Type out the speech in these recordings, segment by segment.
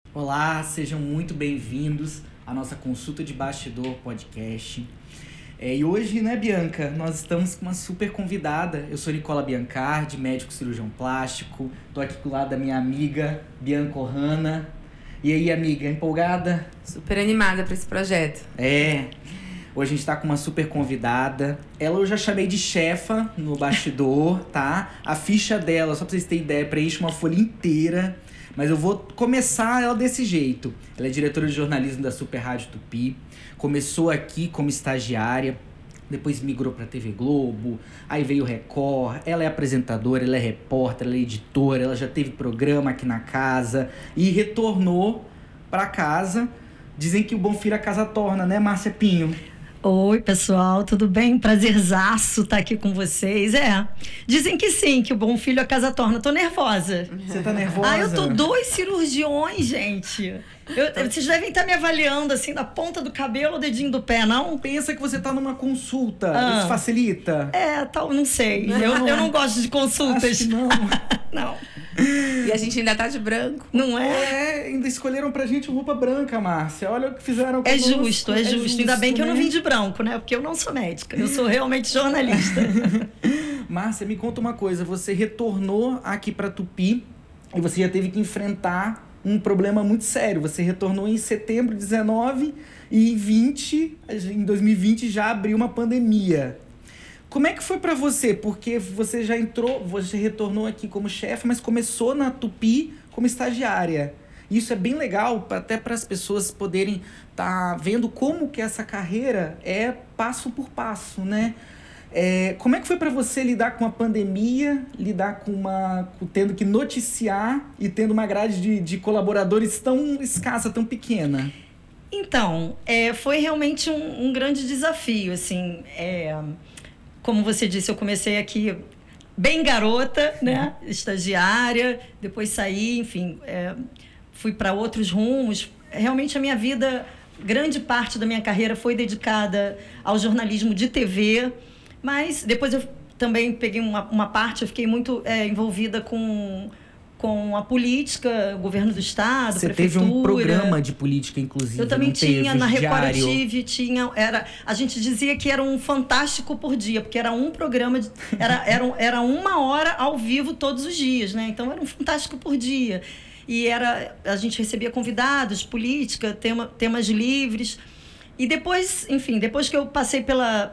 Olá, sejam muito bem-vindos à nossa Consulta de Bastidor podcast. E hoje, né, Bianca, nós estamos com uma super convidada. Eu sou Nicola Biancardi, médico cirurgião plástico. Tô aqui do lado da minha amiga Bianca Ohana. E aí, amiga, empolgada? Super animada para esse projeto. Hoje a gente tá com uma super convidada. Ela eu já chamei de chefa no bastidor, tá? A ficha dela, só pra vocês terem ideia, preenche uma folha inteira. Mas eu vou começar ela desse jeito. Ela é diretora de jornalismo da Super Rádio Tupi. Começou aqui como estagiária, depois migrou pra TV Globo, aí veio Record. Ela é apresentadora, ela é repórter, ela é editora, ela já teve programa aqui na casa e retornou pra casa. Dizem que o bom filho a casa torna, né, Márcia Pinho? Oi, pessoal, tudo bem? Prazerzaço estar aqui com vocês. Dizem que sim, que o bom filho a casa torna. Tô nervosa. Você tá nervosa? Eu tô 2 cirurgiões, gente. Vocês devem estar me avaliando assim, da ponta do cabelo ao dedinho do pé, não? Pensa que você tá numa consulta. Isso facilita? Não sei. Eu não gosto de consultas. Acho que não. Não. E a gente ainda tá de branco. Não é? Ainda escolheram pra gente roupa branca, Márcia. Olha o que fizeram com É justo. Ainda bem que eu não né? vim de branco, né? Porque eu não sou médica. Eu sou realmente jornalista. Márcia, me conta uma coisa. Você retornou aqui pra Tupi e você já teve que enfrentar um problema muito sério. Você retornou em setembro de 19 e em 2020 já abriu uma pandemia. Como é que foi pra você? Porque você já entrou, você retornou aqui como chefe, mas começou na Tupi como estagiária. Isso é bem legal, até para as pessoas poderem estar vendo como que essa carreira é passo por passo, né? Como é que foi para você lidar com a pandemia, lidar com tendo que noticiar e tendo uma grade de colaboradores tão escassa, tão pequena? Então, foi realmente um grande desafio, assim. Como você disse, eu comecei aqui bem garota, né? Estagiária, depois saí, enfim, fui para outros rumos. Realmente a minha vida, grande parte da minha carreira foi dedicada ao jornalismo de TV, mas depois eu também peguei uma parte, eu fiquei muito envolvida com a política, o governo do estado, Você prefeitura. teve um programa de política, inclusive. Eu também tinha, na Record diário. TV, a gente dizia que era um fantástico por dia, porque era um programa, era 1 hora ao vivo todos os dias, né? Então era um fantástico por dia. E a gente recebia convidados, política, temas livres. E depois, enfim, depois que eu passei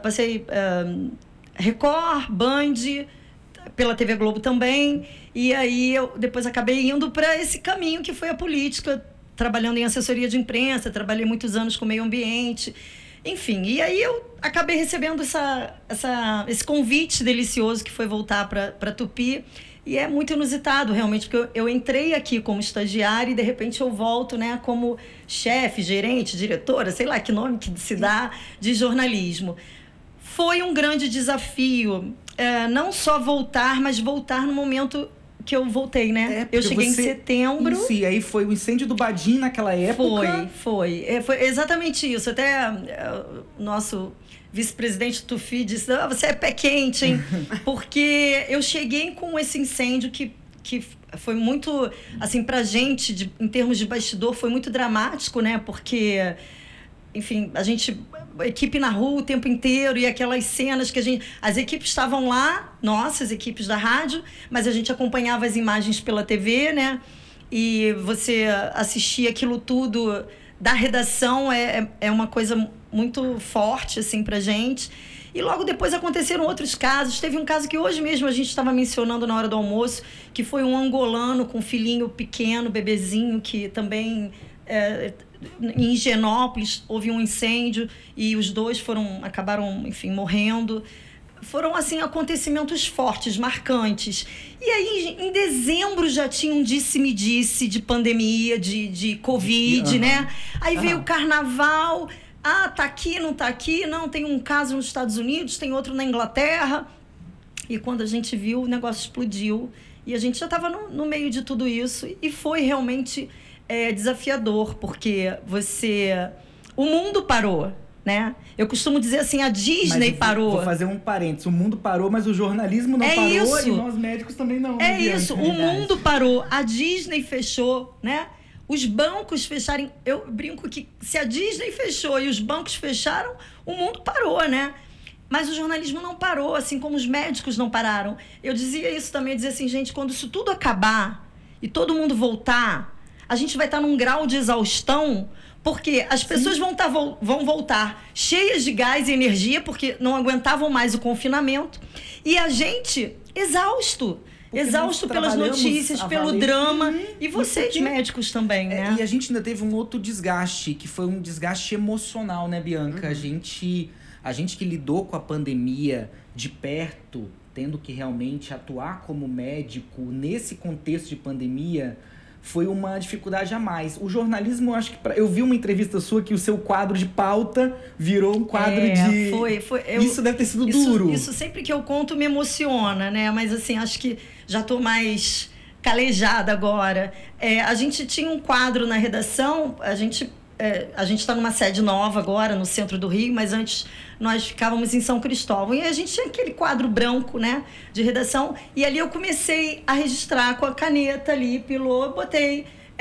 Record, Band, pela TV Globo também, e aí eu depois acabei indo para esse caminho que foi a política, trabalhando em assessoria de imprensa, trabalhei muitos anos com meio ambiente, enfim, e aí eu acabei recebendo esse convite delicioso que foi voltar para Tupi, e é muito inusitado realmente, porque eu entrei aqui como estagiária e de repente eu volto, né, como chefe, gerente, diretora, sei lá que nome que se dá, de jornalismo. Foi um grande desafio, não só voltar, mas voltar no momento que eu voltei, né? Eu cheguei em setembro. Isso, e aí foi o incêndio do Badim naquela época? Foi exatamente isso. Até o nosso vice-presidente Tufi disse, você é pé quente, hein? Porque eu cheguei com esse incêndio que foi muito, assim, pra gente, em termos de bastidor, foi muito dramático, né? Porque, enfim, a equipe na rua o tempo inteiro e aquelas cenas que as equipes estavam lá, nossas equipes da rádio, mas a gente acompanhava as imagens pela TV, né? E você assistia aquilo tudo da redação, é uma coisa muito forte, assim, pra gente. E logo depois aconteceram outros casos. Teve um caso que hoje mesmo a gente estava mencionando na hora do almoço, que foi um angolano com um filhinho pequeno, bebezinho, que também... em Higienópolis houve um incêndio e os dois acabaram, enfim, morrendo. Foram, assim, acontecimentos fortes, marcantes. E aí, em dezembro, já tinha um disse-me-disse de pandemia, de Covid, né? Aí veio o carnaval. Tá aqui, não tá aqui. Não, tem um caso nos Estados Unidos, tem outro na Inglaterra. E quando a gente viu, o negócio explodiu. E a gente já estava no meio de tudo isso. E foi realmente desafiador, porque o mundo parou, né? Eu costumo dizer assim, a Disney parou. Vou fazer um parênteses. O mundo parou, mas o jornalismo não parou isso. E nós médicos também não. Isso, o mundo parou, a Disney fechou, né? os bancos fecharem. Eu brinco que se a Disney fechou e os bancos fecharam, o mundo parou, né? Mas o jornalismo não parou, assim como os médicos não pararam. Eu dizia isso também, eu dizia assim, gente, quando isso tudo acabar e todo mundo voltar, a gente vai estar num grau de exaustão, porque as pessoas vão voltar cheias de gás e energia, porque não aguentavam mais o confinamento, e a gente exausto. Porque exausto pelas notícias, pelo drama. E vocês, médicos, também, né? E a gente ainda teve um outro desgaste, que foi um desgaste emocional, né, Bianca? A gente que lidou com a pandemia de perto, tendo que realmente atuar como médico nesse contexto de pandemia, foi uma dificuldade a mais. O jornalismo, eu acho que... Eu vi uma entrevista sua que o seu quadro de pauta virou um quadro de... Isso deve ter sido duro. Isso sempre que eu conto me emociona, né? Mas assim, acho que já tô mais calejada agora. A gente tinha um quadro na redação, a gente está numa sede nova agora, no centro do Rio, mas antes nós ficávamos em São Cristóvão. E a gente tinha aquele quadro branco, né, de redação. E ali eu comecei a registrar com a caneta ali, botei,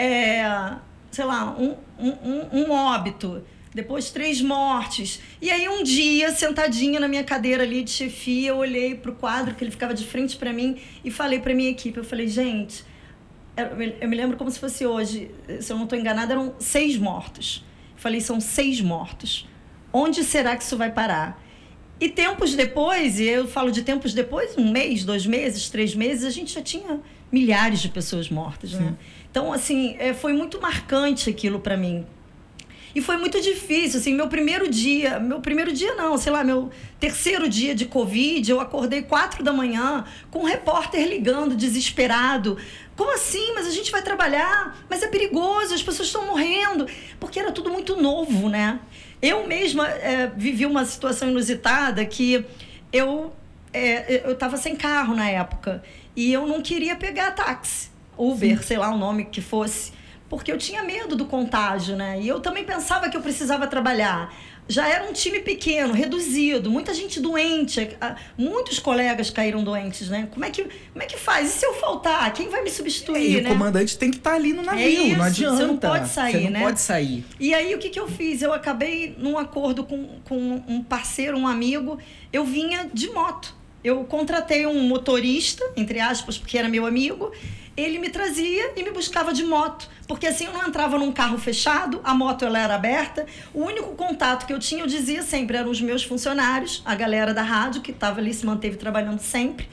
sei lá, um óbito. Depois 3 mortes. E aí um dia, sentadinha na minha cadeira ali de chefia, eu olhei para o quadro, que ele ficava de frente para mim, e falei para minha equipe, eu falei, gente... Eu me lembro como se fosse hoje, se eu não estou enganada, eram 6 mortos. Falei, são 6 mortos. Onde será que isso vai parar? E tempos depois, e eu falo de tempos depois, 1 mês, 2 meses, 3 meses, a gente já tinha milhares de pessoas mortas, né? Então, assim, foi muito marcante aquilo para mim. E foi muito difícil, assim, meu primeiro dia não, sei lá, meu terceiro dia de Covid, eu acordei 4 da manhã com um repórter ligando, desesperado. Como assim? Mas a gente vai trabalhar? Mas é perigoso, as pessoas estão morrendo. Porque era tudo muito novo, né? Eu mesma vivi uma situação inusitada que eu estava sem carro na época e eu não queria pegar táxi, Uber, sei lá o nome que fosse, porque eu tinha medo do contágio, né? E eu também pensava que eu precisava trabalhar. Já era um time pequeno, reduzido, muita gente doente, muitos colegas caíram doentes, né? Como é que faz? E se eu faltar? Quem vai me substituir, né? E o comandante tem que estar ali no navio, não adianta. Você não pode sair, Você não pode sair. E aí, o que eu fiz? Eu acabei num acordo com um parceiro, um amigo, eu vinha de moto. Eu contratei um motorista, entre aspas, porque era meu amigo. Ele me trazia e me buscava de moto. Porque assim eu não entrava num carro fechado, a moto ela era aberta. O único contato que eu tinha, eu dizia sempre, eram os meus funcionários, a galera da rádio, que estava ali, se manteve trabalhando sempre.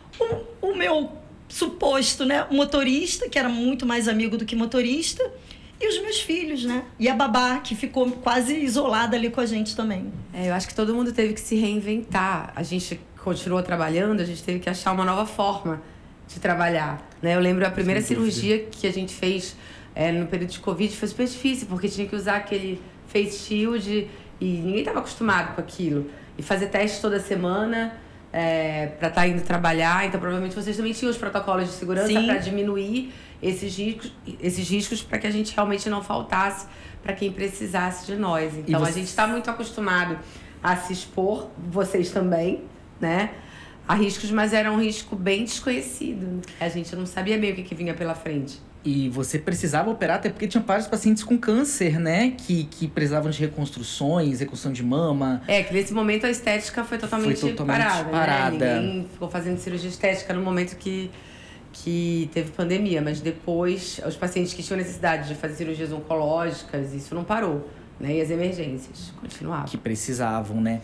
O meu suposto, né, motorista, que era muito mais amigo do que motorista, e os meus filhos, né? E a babá, que ficou quase isolada ali com a gente também. Eu acho que todo mundo teve que se reinventar. A gente continuou trabalhando, a gente teve que achar uma nova forma de trabalhar, né? Eu lembro a primeira cirurgia que a gente fez no período de Covid foi super difícil, porque tinha que usar aquele face shield e ninguém estava acostumado com aquilo. E fazer teste toda semana para estar indo trabalhar. Então, provavelmente, vocês também tinham os protocolos de segurança para diminuir esses riscos para que a gente realmente não faltasse para quem precisasse de nós. Então, a gente está muito acostumado a se expor, vocês também, né? A riscos, mas era um risco bem desconhecido. A gente não sabia bem o que vinha pela frente. E você precisava operar, até porque tinha vários pacientes com câncer, né? Que precisavam de reconstruções, reconstrução de mama. Que nesse momento a estética foi totalmente parada. Né? Ninguém ficou fazendo cirurgia estética no momento que teve pandemia. Mas depois, os pacientes que tinham necessidade de fazer cirurgias oncológicas, isso não parou. Né? E as emergências continuavam. Que precisavam, né?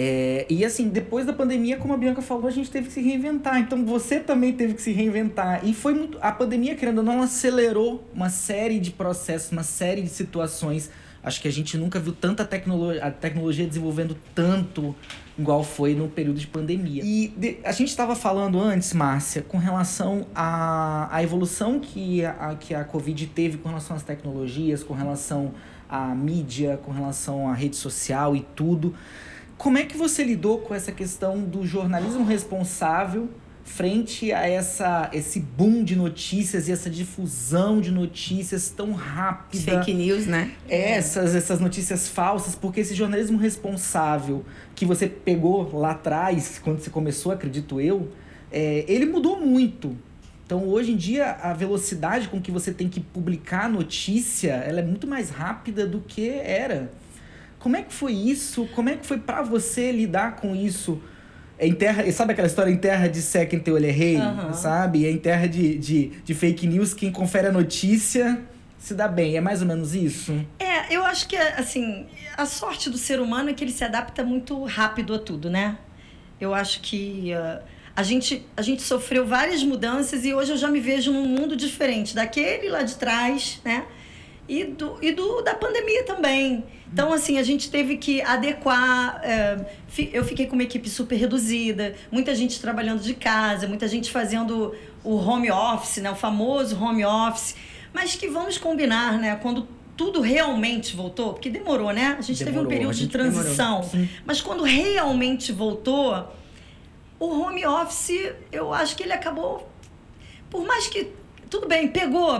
E assim, depois da pandemia, como a Bianca falou, a gente teve que se reinventar. Então você também teve que se reinventar. E foi muito... A pandemia, querendo ou não, acelerou uma série de processos, uma série de situações. Acho que a gente nunca viu tanta tecnologia desenvolvendo tanto igual foi no período de pandemia. E a gente estava falando antes, Márcia, com relação à evolução que a Covid teve com relação às tecnologias, com relação à mídia, com relação à rede social e tudo. Como é que você lidou com essa questão do jornalismo responsável frente a esse boom de notícias e essa difusão de notícias tão rápida? Fake news, né? Essas notícias falsas, porque esse jornalismo responsável que você pegou lá atrás, quando você começou, acredito eu, ele mudou muito. Então, hoje em dia, a velocidade com que você tem que publicar a notícia, ela é muito mais rápida do que era. Como é que foi isso? Como é que foi pra você lidar com isso? Em terra, sabe aquela história, em terra de sé quem teu olho é rei, sabe? Em terra de fake news, quem confere a notícia se dá bem. É mais ou menos isso? Eu acho que, assim, a sorte do ser humano é que ele se adapta muito rápido a tudo, né? Eu acho que a gente sofreu várias mudanças e hoje eu já me vejo num mundo diferente daquele lá de trás, né? E da pandemia também. Então, assim, a gente teve que adequar. Eu fiquei com uma equipe super reduzida, muita gente trabalhando de casa, muita gente fazendo o home office, né? O famoso home office. Mas que vamos combinar, né? Quando tudo realmente voltou, porque demorou, né? A gente teve um período de transição. Mas quando realmente voltou, o home office, eu acho que ele acabou... Por mais que... Tudo bem, pegou.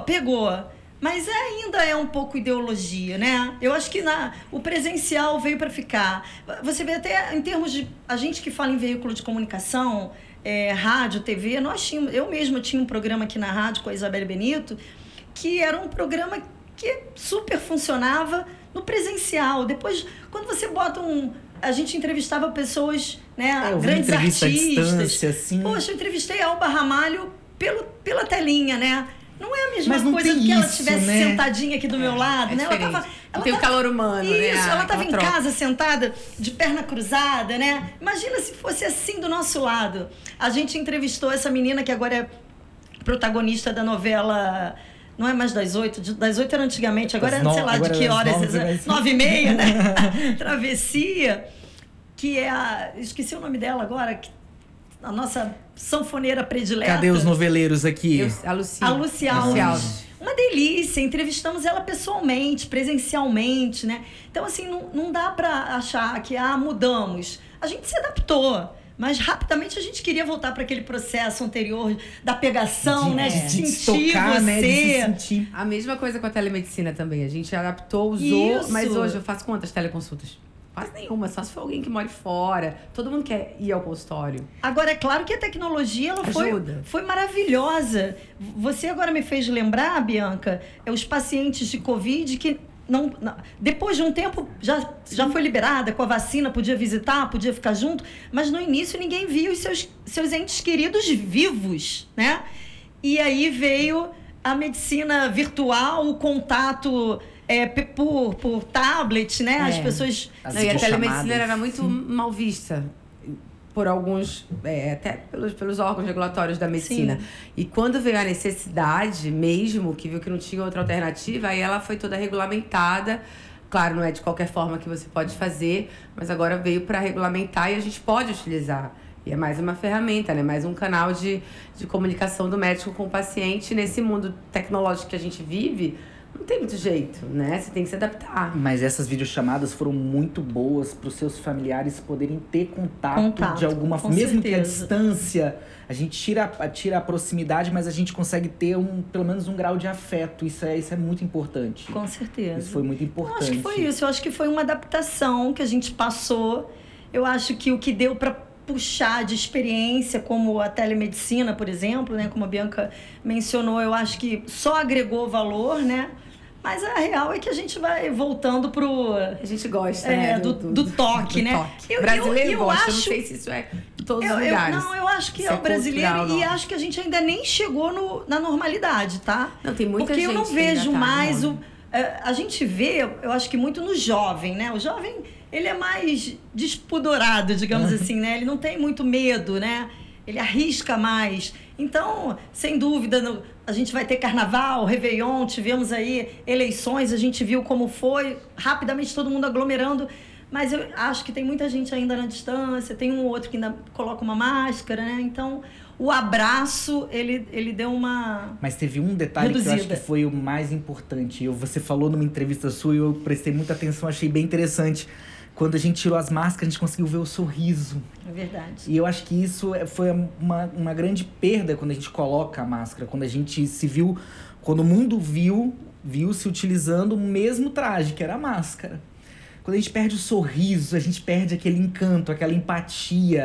Mas ainda é um pouco ideologia, né? Eu acho que o presencial veio para ficar. Você vê até em termos de... A gente que fala em veículo de comunicação, rádio, TV, eu mesma tinha um programa aqui na rádio com a Isabelle Benito, que era um programa que super funcionava no presencial. Depois, quando você bota a gente entrevistava pessoas, né, grandes artistas. Assim. Poxa, eu entrevistei a Alba Ramalho pela telinha, né? Não é a mesma coisa do que ela estivesse sentadinha aqui do meu lado, né? Ela tem o calor humano, isso, né? Ela estava em casa, sentada, de perna cruzada, né? Imagina se fosse assim do nosso lado. A gente entrevistou essa menina que agora é protagonista da novela... Não é mais das 8, das 8 era antigamente, agora sei lá de que horas, 9h30, né? Travessia, que é esqueci o nome dela agora, a nossa sanfoneira predileta. Cadê os noveleiros aqui? A Lucy. A Lucy Alves. Uma delícia, entrevistamos ela pessoalmente, presencialmente, né? Então, assim, não dá para achar que, mudamos. A gente se adaptou. Mas rapidamente a gente queria voltar para aquele processo anterior da pegação, né? De sentir tocar, você. Né? De se sentir. A mesma coisa com a telemedicina também. A gente adaptou, usou, mas hoje eu faço quantas teleconsultas? Quase nenhuma, só se for alguém que mora fora. Todo mundo quer ir ao consultório. Agora, é claro que a tecnologia ela foi maravilhosa. Você agora me fez lembrar, Bianca, os pacientes de Covid que... Não, depois de um tempo já foi liberada com a vacina, podia visitar, podia ficar junto, mas no início ninguém via os seus entes queridos vivos, né? E aí veio a medicina virtual, o contato por tablet, né? As pessoas... E a telemedicina era muito mal vista por alguns, até pelos órgãos regulatórios da medicina. Sim. E quando veio a necessidade mesmo, que viu que não tinha outra alternativa, aí ela foi toda regulamentada. Claro, não é de qualquer forma que você pode fazer, mas agora veio para regulamentar e a gente pode utilizar. E é mais uma ferramenta, né? Mais um canal de comunicação do médico com o paciente. Nesse mundo tecnológico que a gente vive, não tem muito jeito, né? Você tem que se adaptar. Mas essas videochamadas foram muito boas para os seus familiares poderem ter contato de alguma forma. Mesmo que a distância, a gente tira a proximidade, mas a gente consegue ter pelo menos um grau de afeto. Isso é muito importante. Com certeza. Isso foi muito importante. Eu acho que foi isso. Eu acho que foi uma adaptação que a gente passou. Eu acho que o que deu para puxar de experiência, como a telemedicina, por exemplo, né, como a Bianca mencionou, eu acho que só agregou valor, né? Mas a real é que a gente vai voltando pro... A gente gosta, né? Do toque, né? Toque. Brasileiro gosta, eu não sei se isso é em todos os lugares. Eu acho que é o brasileiro e acho que a gente ainda nem chegou na normalidade, tá? Não, tem muita gente. Porque eu não vejo mais a gente vê, eu acho que muito no jovem, né? O jovem, ele é mais despudorado, digamos assim, né? Ele não tem muito medo, né? Ele arrisca mais. Então, sem dúvida, a gente vai ter carnaval, Réveillon, tivemos aí eleições, a gente viu como foi, rapidamente todo mundo aglomerando, mas eu acho que tem muita gente ainda na distância, tem um ou outro que ainda coloca uma máscara, né? Então, o abraço, ele deu uma... Mas teve um detalhe reduzida. Que eu acho que foi o mais importante. Você falou numa entrevista sua e eu prestei muita atenção, achei bem interessante. Quando a gente tirou as máscaras, a gente conseguiu ver o sorriso. É verdade. E eu acho que isso foi uma grande perda quando a gente coloca a máscara. Quando a gente se viu... Quando o mundo viu-se utilizando o mesmo traje, que era a máscara. Quando a gente perde o sorriso, a gente perde aquele encanto, aquela empatia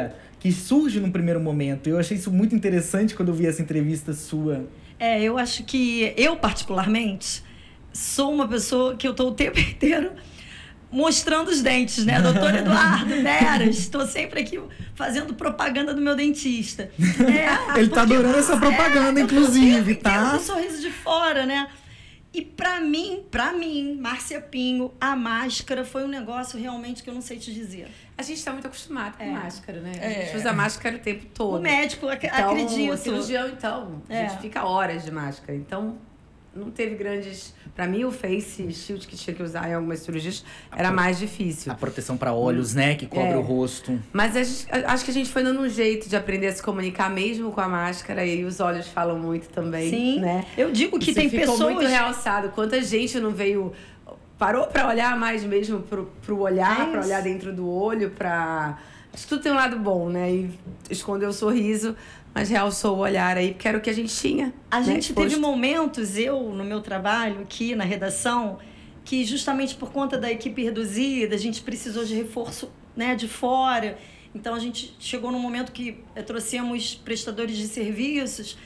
que surge num primeiro momento. Eu achei isso muito interessante quando eu vi essa entrevista sua. Eu acho que eu, particularmente, sou uma pessoa que eu tô o tempo inteiro mostrando os dentes, né? Doutor Eduardo Veras, estou sempre aqui fazendo propaganda do meu dentista. Ele tá adorando essa propaganda, inclusive, tá? Com um sorriso de fora, né? E pra mim, Márcia Pinho, a máscara foi um negócio realmente que eu não sei te dizer. A gente tá muito acostumado com máscara, né? A gente usa máscara o tempo todo. O médico, acredito. O cirurgião, então, a gente fica horas de máscara. Então, não teve grandes... Pra mim, o face shield que tinha que usar em algumas cirurgias era mais difícil. A proteção para olhos, né? Que cobre o rosto. Mas acho que a gente foi dando um jeito de aprender a se comunicar mesmo com a máscara. E os olhos falam muito também, Sim. né? Eu digo que tem pessoas... Ficou muito realçado. Quanta gente não veio... Parou pra olhar mais mesmo pro olhar, pra olhar dentro do olho, pra... Acho que tudo tem um lado bom, né? E esconder o sorriso... Mas realçou o olhar aí, porque era o que a gente tinha. A gente teve momentos, no meu trabalho aqui na redação, que justamente por conta da equipe reduzida, a gente precisou de reforço, né, de fora. Então a gente chegou num momento que trouxemos prestadores de serviço,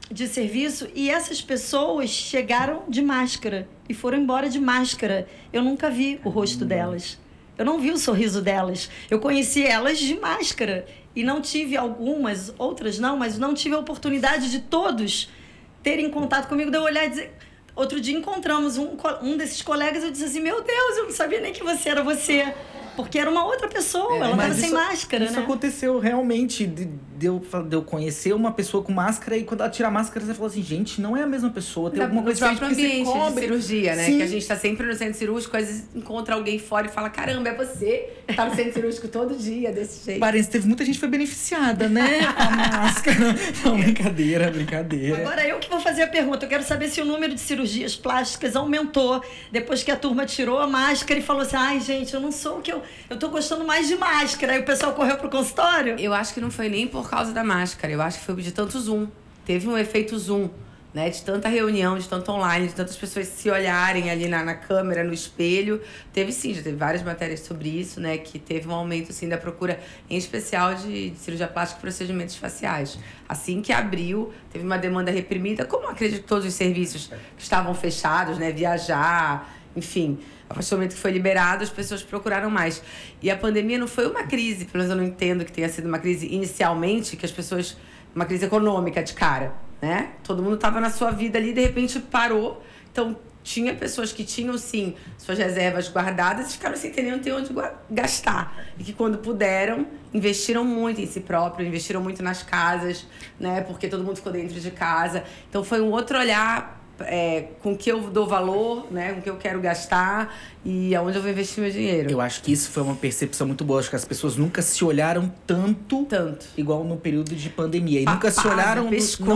e essas pessoas chegaram de máscara e foram embora de máscara. Eu nunca vi o rosto delas. Eu não vi o sorriso delas. Eu conheci elas de máscara. E não tive algumas, outras não, mas não tive a oportunidade de todos terem contato comigo, de eu olhar e dizer... Outro dia encontramos um desses colegas, eu disse assim, meu Deus, eu não sabia nem que você era você. Porque era uma outra pessoa, ela estava sem máscara, isso né? Isso aconteceu realmente, de eu conhecer uma pessoa com máscara e quando ela tira a máscara, você fala assim, gente, não é a mesma pessoa, tem alguma coisa diferente. No próprio ambiente de cirurgia, né? Sim. Que a gente tá sempre no centro cirúrgico, às vezes encontra alguém fora e fala, caramba, é você que tá no centro cirúrgico todo dia, desse jeito. Parece que teve muita gente que foi beneficiada, né? A máscara. Não, brincadeira. Agora eu que vou fazer a pergunta, eu quero saber se o número de cirurgias plásticas aumentou depois que a turma tirou a máscara e falou assim, ai, gente, eu não sou o que eu tô gostando mais de máscara. Aí o pessoal correu pro consultório? Eu acho que não foi nem por causa da máscara. Eu acho que foi de tanto Zoom. Teve um efeito Zoom, né? De tanta reunião, de tanto online, de tantas pessoas se olharem ali na câmera, no espelho. Teve sim, já teve várias matérias sobre isso, né? Que teve um aumento, assim, da procura, em especial de cirurgia plástica e procedimentos faciais. Assim que abriu, teve uma demanda reprimida, como acredito que todos os serviços que estavam fechados, né? Viajar, enfim... A partir do momento que foi liberado, as pessoas procuraram mais. E a pandemia não foi uma crise, pelo menos eu não entendo que tenha sido uma crise inicialmente, que as pessoas... Uma crise econômica de cara, né? Todo mundo estava na sua vida ali e de repente parou. Então, tinha pessoas que tinham, sim, suas reservas guardadas e ficaram sem ter onde gastar. E que quando puderam, investiram muito em si próprio, investiram muito nas casas, né? Porque todo mundo ficou dentro de casa. Então, foi um outro olhar... com que eu dou valor, né? Com que eu quero gastar e aonde eu vou investir meu dinheiro. Eu acho que isso foi uma percepção muito boa. Acho que as pessoas nunca se olharam tanto. Igual no período de pandemia. E nunca se olharam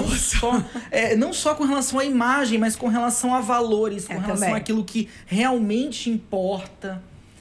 não só com relação à imagem, mas com relação a valores, com relação àquilo que realmente importa.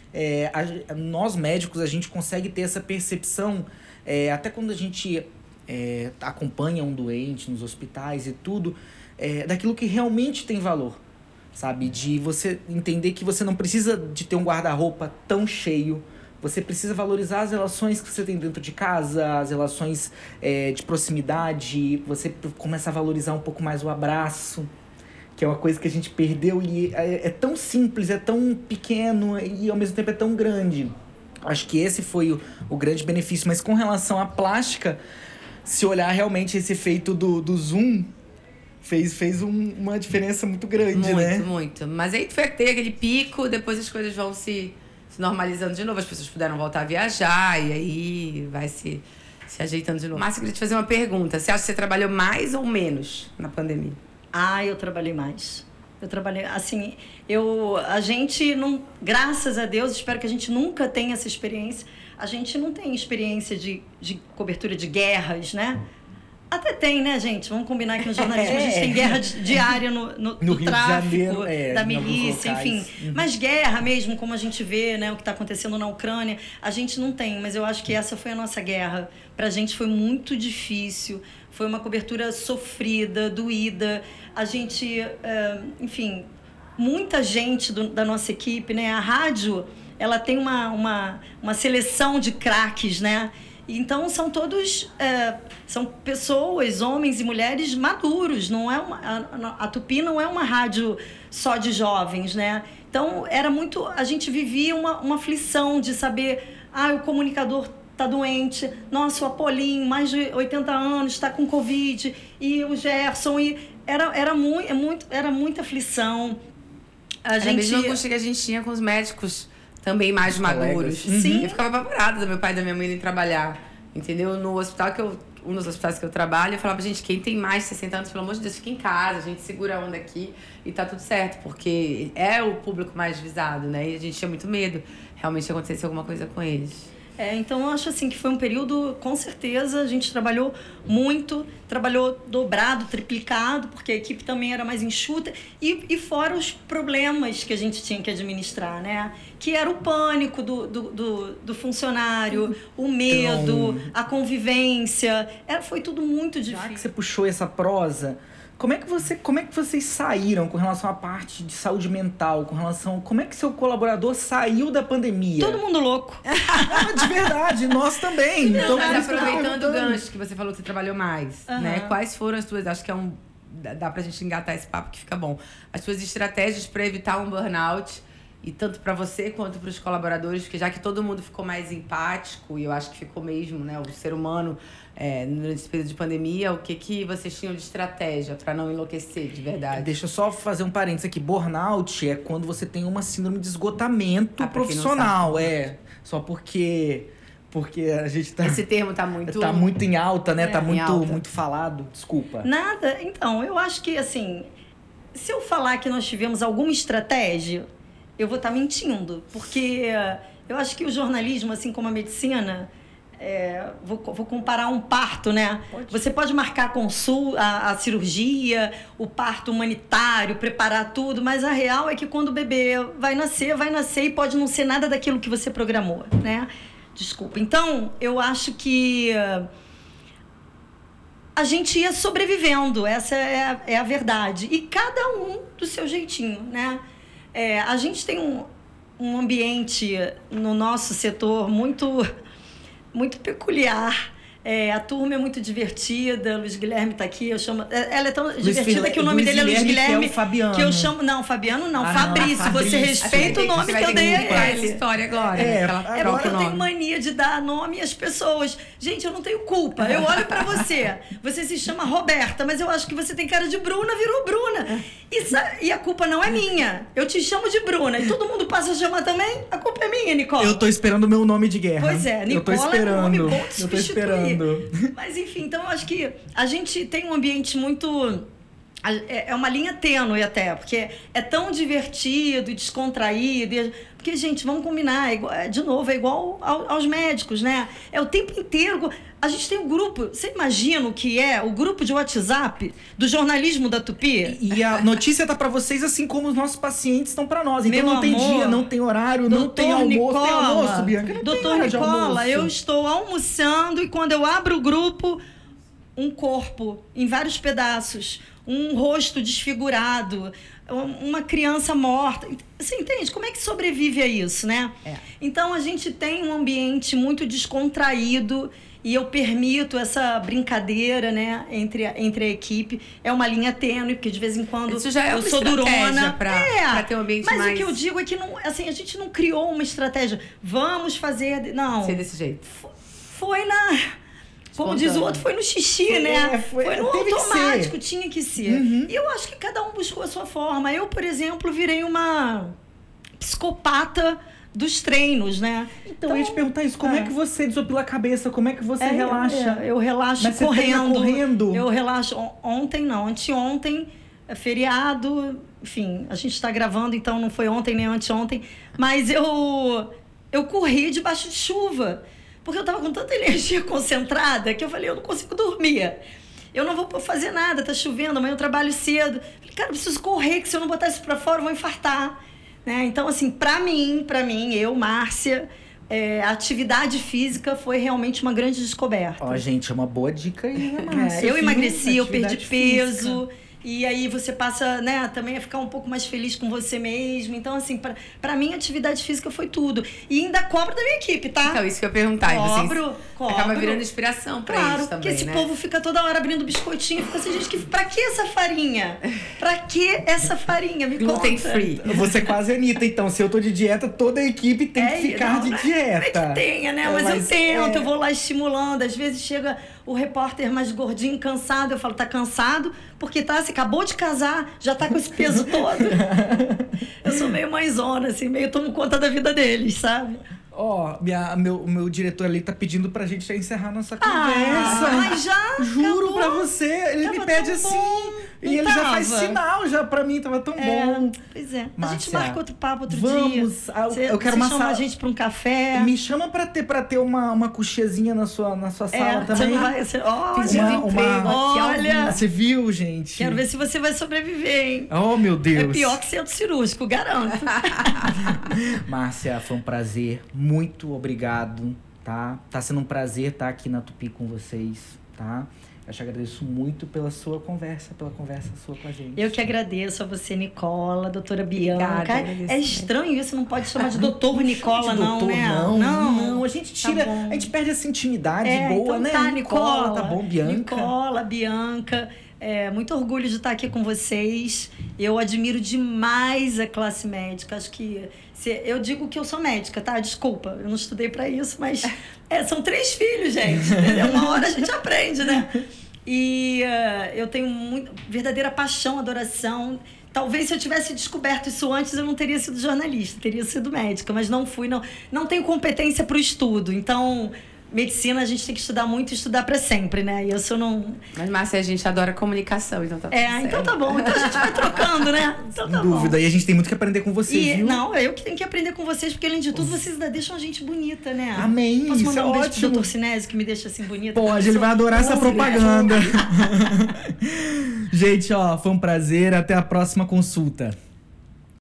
Nós médicos, a gente consegue ter essa percepção, até quando a gente acompanha um doente nos hospitais e tudo... daquilo que realmente tem valor, sabe? De você entender que você não precisa de ter um guarda-roupa tão cheio. Você precisa valorizar as relações que você tem dentro de casa, as relações de proximidade. Você começa a valorizar um pouco mais o abraço, que é uma coisa que a gente perdeu e é tão simples, é tão pequeno e ao mesmo tempo é tão grande. Acho que esse foi o grande benefício. Mas com relação à plástica, se olhar realmente esse efeito do Zoom... Fez uma diferença muito grande, né? Muito. Mas aí foi ter aquele pico, depois as coisas vão se normalizando de novo. As pessoas puderam voltar a viajar e aí vai se ajeitando de novo. Márcia, eu queria te fazer uma pergunta. Você acha que você trabalhou mais ou menos na pandemia? Eu trabalhei mais. Eu trabalhei, assim, a gente não... Graças a Deus, espero que a gente nunca tenha essa experiência. A gente não tem experiência de cobertura de guerras, né? Até tem, né, gente? Vamos combinar que no jornalismo a gente tem guerra diária no Rio tráfico, de Janeiro, da milícia, enfim. Mas guerra mesmo, como a gente vê, né, o que está acontecendo na Ucrânia, a gente não tem. Mas eu acho que essa foi a nossa guerra. Pra gente foi muito difícil. Foi uma cobertura sofrida, doída. A gente, enfim, muita gente da nossa equipe, né? A rádio, ela tem uma seleção de craques, né? Então, são todos... são pessoas, homens e mulheres maduros. Não é a Tupi não é uma rádio só de jovens, né? Então, era muito... A gente vivia uma aflição de saber... o comunicador está doente. Nossa, o Apolinho, mais de 80 anos, está com Covid. E o Gerson... Era muita aflição. Era a mesma angústia que a gente tinha com os médicos também mais maduros. Sim. Eu ficava apavorada do meu pai e da minha mãe irem trabalhar. Entendeu? No hospital um dos hospitais que eu trabalho, eu falava, gente, quem tem mais de 60 anos, pelo amor de Deus, fica em casa, a gente segura a onda aqui e tá tudo certo, porque é o público mais visado, né? E a gente tinha muito medo realmente acontecer alguma coisa com eles. Então eu acho assim que foi um período, com certeza, a gente trabalhou muito, trabalhou dobrado, triplicado, porque a equipe também era mais enxuta, e fora os problemas que a gente tinha que administrar, né? Que era o pânico do funcionário, o medo, a convivência, foi tudo muito difícil. Já que você puxou essa prosa, como é que vocês saíram com relação à parte de saúde mental? Como é que seu colaborador saiu da pandemia? Todo mundo louco. De verdade, nós também. Então, mas aproveitando o gancho que você falou que você trabalhou mais, né? Quais foram as tuas... Acho que dá pra gente engatar esse papo que fica bom. As tuas estratégias para evitar um burnout, e tanto para você quanto para os colaboradores, porque já que todo mundo ficou mais empático, e eu acho que ficou mesmo, né? O ser humano... nesse período de pandemia, o que vocês tinham de estratégia para não enlouquecer de verdade? Deixa eu só fazer um parênteses aqui. Burnout é quando você tem uma síndrome de esgotamento profissional. Só porque a gente tá... Esse termo tá muito... Tá muito em alta, né? Tá muito falado. Desculpa. Nada. Então, eu acho que, assim... Se eu falar que nós tivemos alguma estratégia, eu vou estar mentindo. Porque eu acho que o jornalismo, assim como a medicina... vou comparar um parto, né? Você pode marcar a consulta, a cirurgia, o parto humanitário, preparar tudo, mas a real é que quando o bebê vai nascer e pode não ser nada daquilo que você programou, né? Desculpa. Então, eu acho que a gente ia sobrevivendo, essa é a verdade. E cada um do seu jeitinho, né? A gente tem um ambiente no nosso setor muito peculiar. A turma é muito divertida. Luiz Guilherme está aqui. Ela é tão divertida que o nome dele é Luiz Guilherme. Que é o Fabiano. Que eu chamo... Não, Fabiano não. Fabrício. Você respeita o nome que eu dei a ele. Essa história agora. Agora eu tenho mania de dar nome às pessoas. Gente, eu não tenho culpa. Eu olho pra você. Você se chama Roberta, mas eu acho que você tem cara de Bruna, virou Bruna. E a culpa não é minha. Eu te chamo de Bruna. E todo mundo passa a chamar também? A culpa é minha, Nicole. Eu tô esperando o meu nome de guerra. Pois é, Nicole eu tô esperando. É um nome bom de eu tô esperando. Mas enfim, então eu acho que a gente tem um ambiente muito... É uma linha tênue até, porque é tão divertido e descontraído. Porque, gente, vamos combinar, de novo, é igual aos médicos, né? É o tempo inteiro. A gente tem um grupo, você imagina o que é o grupo de WhatsApp do jornalismo da Tupi? E a notícia tá pra vocês, assim como os nossos pacientes estão pra nós. Então Meu não tem amor, dia, não tem horário, não tem almoço. Nicola, tem almoço, Bianca? Não Doutor tem hora de Nicola, almoço. eu estou almoçando e quando eu abro o grupo, um corpo em vários pedaços, um rosto desfigurado, uma criança morta. Você entende? Como é que sobrevive a isso, né? Então, a gente tem um ambiente muito descontraído e eu permito essa brincadeira, né, entre a equipe. É uma linha tênue, porque de vez em quando isso já é eu sou durona. Pra ter um ambiente mas mais... o que eu digo é que não, assim, a gente não criou uma estratégia. Vamos fazer... Não. Ser desse jeito. Foi na... Como diz o outro, foi no xixi, né? Foi no automático, tinha que ser. E eu acho que cada um buscou a sua forma. Eu, por exemplo, virei uma psicopata dos treinos, né? Então eu ia te perguntar isso. Como é que você desopila a cabeça? Como é que você relaxa? Eu relaxo. Mas correndo. Eu relaxo. Ontem não, anteontem, feriado. Enfim, a gente está gravando, então não foi ontem nem anteontem. Mas eu corri debaixo de chuva. Porque eu tava com tanta energia concentrada que eu falei, eu não consigo dormir. Eu não vou fazer nada, tá chovendo, amanhã eu trabalho cedo. Falei, cara, eu preciso correr, que se eu não botar isso pra fora, eu vou infartar. Né? Então, assim, pra mim, eu, Márcia, a atividade física foi realmente uma grande descoberta. Ó, gente, é uma boa dica aí, né, Márcia? Eu emagreci, eu perdi peso. E aí você passa, né, também a ficar um pouco mais feliz com você mesmo. Então, assim, pra mim, atividade física foi tudo. E ainda cobro da minha equipe, tá? Então, isso que eu ia perguntar. Cobro. Acaba virando inspiração pra eles também, porque esse né? povo fica toda hora abrindo biscoitinho e fica assim, gente, pra que essa farinha? Pra que essa farinha? Me Gluten conta. free. Você é quase Anitta, então. Se eu tô de dieta, toda a equipe tem que ficar de dieta. Não é que tenha, né? Mas eu tento, eu vou lá estimulando. Às vezes chega o repórter mais gordinho, cansado. Eu falo, tá cansado? Porque você acabou de casar, já tá com esse peso todo. Eu sou meio mãezona, assim, meio tomo conta da vida deles, sabe? Meu diretor ali tá pedindo pra gente já encerrar nossa conversa. Mas já? Juro acabou. pra você. Ele me pede assim. E ele já faz sinal já pra mim, tava tão bom. Pois é. Márcia, a gente marca outro papo outro vamos, dia. Eu quero uma chama a gente pra um café. Me chama pra ter uma coxinhazinha na sua sala também. Você não vai... Olha, você viu, gente? Quero ver se você vai sobreviver, hein? Oh, meu Deus. É pior que centro cirúrgico, garanto. Márcia, foi um prazer. Muito obrigado, tá? Tá sendo um prazer estar aqui na Tupi com vocês, tá? Eu te agradeço muito pela conversa sua com a gente. Eu que agradeço a você, Nicola, doutora Bianca. Obrigada, é estranho isso, não pode chamar de doutor Nicola, não, né? Não, a gente tira, a gente perde essa intimidade boa, então né? Tá, Nicola, tá bom, Bianca. Nicola, Bianca. Muito orgulho de estar aqui com vocês. Eu admiro demais a classe médica. Acho que... Eu digo que eu sou médica, tá? Desculpa, eu não estudei pra isso, mas... são 3 filhos, gente. Entendeu? Uma hora a gente aprende, né? E eu tenho verdadeira paixão, adoração. Talvez se eu tivesse descoberto isso antes, eu não teria sido jornalista, teria sido médica. Mas não fui, não tenho competência pro estudo. Então... Medicina a gente tem que estudar muito e estudar pra sempre, né? E isso não... Mas, Márcia, a gente adora comunicação, então tá tudo certo. Então tá bom. Então a gente vai trocando, né? Então tá Sem dúvida. bom. E a gente tem muito que aprender com vocês, viu? Não, eu que tenho que aprender com vocês, porque além de tudo, vocês ainda deixam a gente bonita, né? Amém. Posso mandar um beijo ótimo. pro Dr. Sinésio, que me deixa assim bonita? Pode, ele vai adorar essa propaganda. Gente, foi um prazer. Até a próxima consulta.